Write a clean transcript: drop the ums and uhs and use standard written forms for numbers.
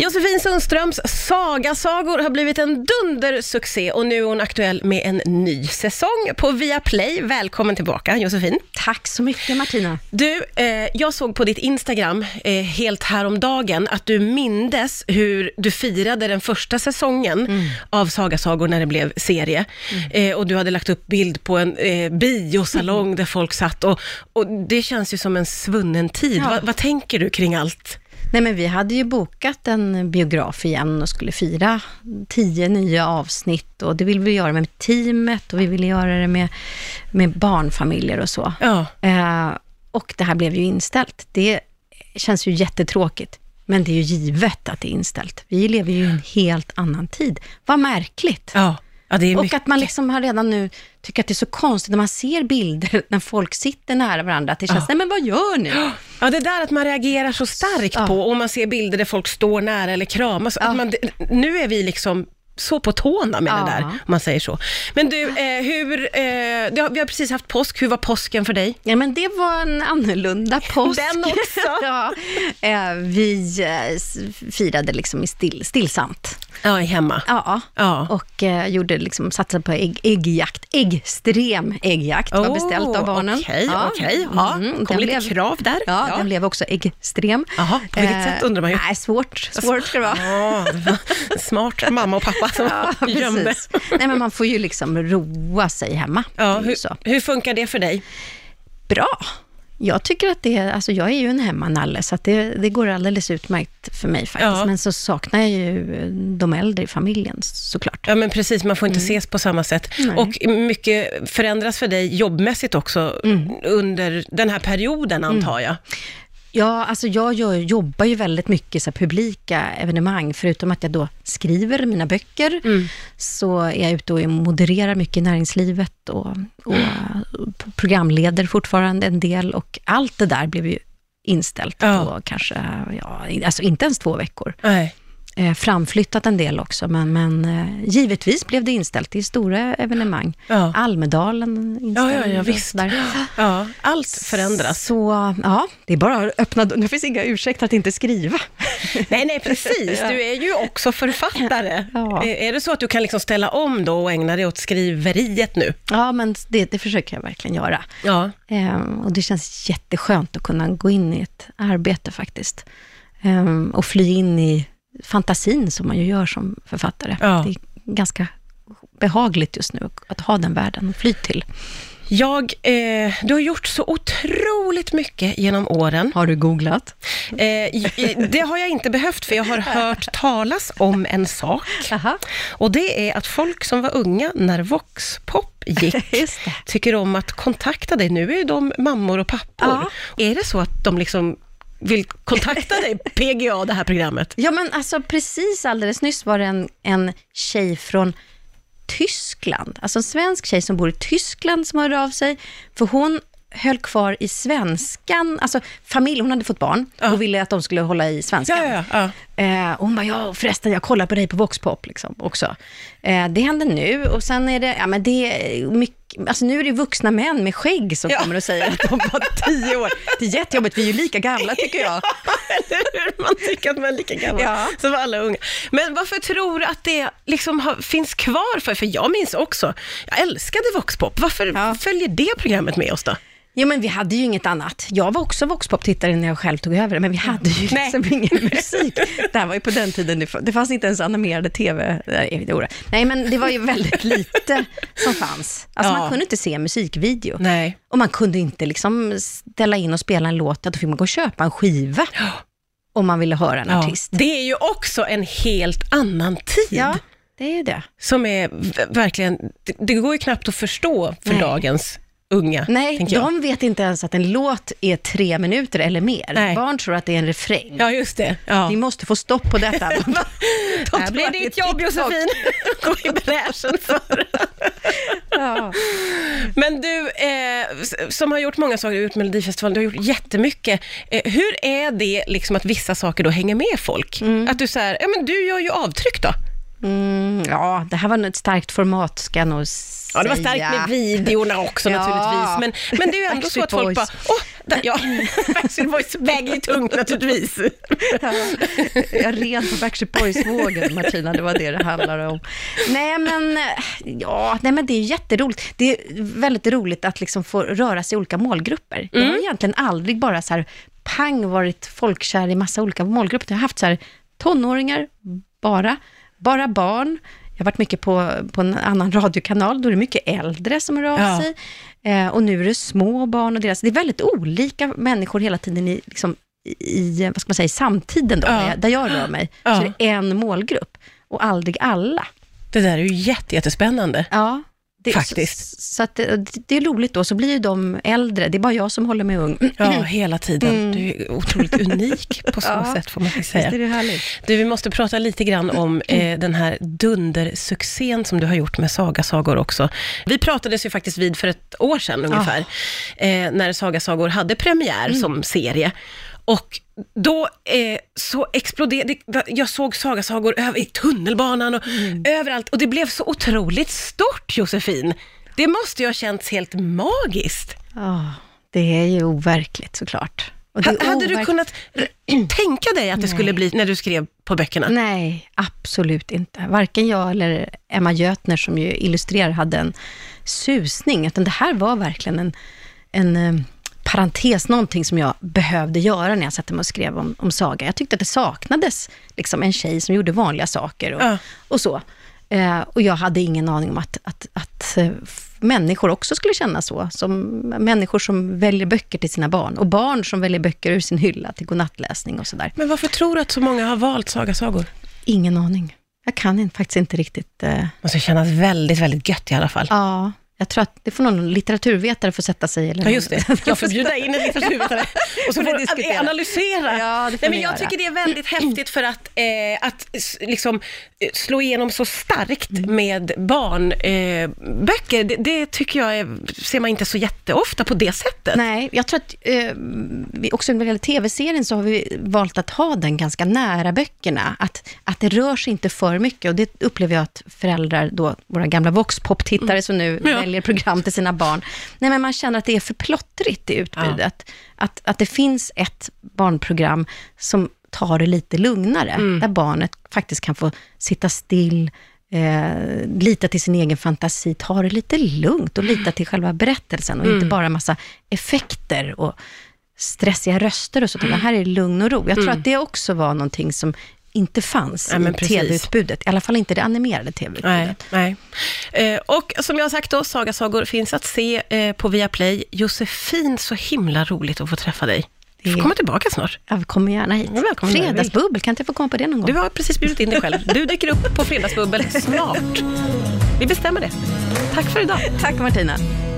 Josefin Sundströms Sagasagor har blivit en dundersuccé och nu är hon aktuell med en ny säsong på Viaplay. Välkommen tillbaka, Josefin. Tack så mycket, Martina. Du, jag såg på ditt Instagram helt häromdagen att du mindes hur du firade den första säsongen av Sagasagor när det blev serie. Och du hade lagt upp bild på en biosalong där folk satt och det känns ju som en svunnen tid. Ja. Vad tänker du kring allt? Nej, men vi hade ju bokat en biograf igen och skulle fira 10 nya avsnitt och det ville vi göra med teamet och vi ville göra det med barnfamiljer och så. Ja. Och det här blev ju inställt. Det känns ju jättetråkigt, men det är ju givet att det är inställt. Vi lever ju i en helt annan tid. Vad märkligt. Ja, det är och mycket. att man liksom har redan nu tycker att det är så konstigt när man ser bilder när folk sitter nära varandra. Att det känns, nej men vad gör ni? Ja, det där att man reagerar så starkt på och man ser bilder där folk står nära eller kramas. Att nu är vi liksom så på tårna med det där, om man säger så. Men du, vi har precis haft påsk. Hur var påsken för dig? Ja, men det var en annorlunda påsk. Den också? Vi firade liksom stillsamt. Ja, hemma. Ja. Och gjorde liksom, satsade på äggjakt. Extrem äggjakt var beställt av barnen. Okej. Kom lite krav där. Ja, den blev också extrem. Jaha, på vilket sätt undrar man ju. Nej, svårt ska det vara. Smart mamma och pappa som gömde. Nej, men man får ju liksom roa sig hemma. Ja, hur funkar det för dig? Bra. Jag tycker att jag är ju en hemmanalle så att det går alldeles utmärkt för mig faktiskt. Ja. Men så saknar jag ju de äldre i familjen såklart. Ja, men precis, man får inte ses på samma sätt. Nej. Och mycket förändras för dig jobbmässigt också under den här perioden, antar jag. Ja, alltså jag jobbar ju väldigt mycket så här, publika evenemang. Förutom att jag då skriver mina böcker så är jag ute och modererar mycket i näringslivet och programleder fortfarande en del. Och allt det där blev ju inställt på kanske, alltså inte ens 2 veckor. Nej. Framflyttat en del också, men givetvis blev det inställt i stora evenemang. Ja. Almedalen inställd. Ja, visst. Där. Ja, allt förändras. Så det är bara att öppna. Det finns inga ursäkter att inte skriva. Nej, precis. Du är ju också författare. Ja. Är det så att du kan liksom ställa om då och ägna dig åt skriveriet nu? Ja, men det försöker jag verkligen göra. Ja. Och det känns jätteskönt att kunna gå in i ett arbete faktiskt. Och fly in i fantasin som man ju gör som författare. Ja. Det är ganska behagligt just nu att ha den världen och fly till. Du har gjort så otroligt mycket genom åren. Har du googlat? Det har jag inte behövt, för jag har hört talas om en sak. Aha. Och det är att folk som var unga när Voxpop gick tycker om att kontakta dig. Nu är ju de mammor och pappor. Ja. Är det så att de liksom vill kontakta dig, PGA, det här programmet? Ja, men alltså precis alldeles nyss var det en tjej från Tyskland. Alltså en svensk tjej som bor i Tyskland som hörde av sig. För hon höll kvar i svenskan. Alltså hon hade fått barn och ville att de skulle hålla i svenskan. Och hon bara, förresten, jag kollar på dig på Voxpop liksom också. Det händer nu. Och sen är det, mycket, alltså nu är det vuxna män med skägg som kommer och säger att de var 10 år. Det är jättejobbigt, vi är ju lika gamla tycker jag. Eller hur? Man tycker att man är lika gamla som alla unga. Men varför tror du att det liksom finns kvar? För jag minns också, jag älskade Voxpop. Varför följer det programmet med oss då? Jo, men vi hade ju inget annat. Jag var också Voxpop-tittare när jag själv tog över det, men vi hade ju liksom ingen musik. Det här var ju på den tiden, det fanns inte ens animerade tv. Nej, men det var ju väldigt lite som fanns. Alltså man kunde inte se musikvideo. Nej. Och man kunde inte liksom ställa in och spela en låt, då fick man gå och köpa en skiva om man ville höra en artist. Det är ju också en helt annan tid. Ja, det är det. Som är verkligen, det går ju knappt att förstå för dagens unga. Nej, de vet inte ens att en låt är 3 minuter eller mer. Nej. Barn tror att det är en refräng. Ja, just det. Ja. Vi måste få stopp på detta. Här blir ditt jobb, Josefin. Gå i bräschen för. Men du, som har gjort många saker ut Melodifestivalen, du har gjort jättemycket. Hur är det liksom att vissa saker då hänger med folk? Att du så här, men du gör ju avtryck då. Ja, det här var nog ett starkt format, ska jag nog säga. Ja, det var starkt med videorna också naturligtvis. Men det är ju ändå så att folk bara, Backstreet Boys väger tungt naturligtvis. Ja, jag red på Backstreet Boys-vågen, Martina, det var det handlar om. Nej, men det är jätteroligt. Det är väldigt roligt att liksom få röra sig i olika målgrupper. Jag har egentligen aldrig bara så här varit folkkär i massa olika målgrupper. Jag har haft så här tonåringar, bara barn. Jag har varit mycket på en annan radiokanal, då är det mycket äldre som hör av sig. Och nu är det små barn och deras. Det är väldigt olika människor hela tiden i vad ska man säga, i samtiden då, där jag rör mig. Så är det en målgrupp och aldrig alla. Det där är ju jättespännande. Ja. Faktiskt. Så att det är roligt då, så blir ju de äldre. Det är bara jag som håller mig ung. Ja, hela tiden. Du är otroligt unik på så sätt, får man säga. Det är härligt. Du, vi måste prata lite grann om den här dundersuccén som du har gjort med Sagasagor också. Vi pratades ju faktiskt vid för ett år sedan ungefär, när Sagasagor hade premiär som serie. Och då så exploderade, jag såg Sagasagor i tunnelbanan och överallt. Och det blev så otroligt stort, Josefin. Det måste ju ha känts helt magiskt. Ja, det är ju overkligt såklart. Och hade du kunnat tänka dig att det skulle bli när du skrev på böckerna? Nej, absolut inte. Varken jag eller Emma Götner, som ju illustrerar, hade en susning. Utan det här var verkligen en parentes, någonting som jag behövde göra när jag satte mig och skrev om Saga. Jag tyckte att det saknades liksom en tjej som gjorde vanliga saker och så. Och jag hade ingen aning om att människor också skulle känna så. Som människor som väljer böcker till sina barn. Och barn som väljer böcker ur sin hylla till godnattläsning och sådär. Men varför tror du att så många har valt Sagasagor? Ingen aning. Jag kan faktiskt inte riktigt. Det måste kännas väldigt, väldigt gött i alla fall. Ja. Jag tror att det får någon litteraturvetare få sätta sig. Eller just det. Jag får bjuda in en litteraturvetare och så får du analysera. Ja, det får men jag tycker det är väldigt häftigt för att liksom slå igenom så starkt med barnböcker. Det tycker jag ser man inte så jätteofta på det sättet. Nej, jag tror att också när det gäller tv-serien så har vi valt att ha den ganska nära böckerna. Att det rör sig inte för mycket, och det upplever jag att föräldrar då, våra gamla voxpop-tittare som nu väljer program till sina barn. Nej, men man känner att det är för plottrigt i utbudet. Att det finns ett barnprogram som tar det lite lugnare. Där barnet faktiskt kan få sitta still, lita till sin egen fantasi, ta det lite lugnt och lita till själva berättelsen och inte bara massa effekter och stressiga röster och så. Det här är lugn och ro. Jag tror att det också var någonting som inte fanns i tv-utbudet. I alla fall inte det animerade tv-utbudet. Nej. Och som jag har sagt då, Sagasagor finns att se på Viaplay. Josefin, så himla roligt att få träffa dig. Du får komma tillbaka snart. Ja, vi kommer gärna hit. Fredagsbubbel, kan inte jag få komma på det någon gång? Du har precis bjudit in dig själv. Du dyker upp på Fredagsbubbel snart. Vi bestämmer det. Tack för idag. Tack, Martina.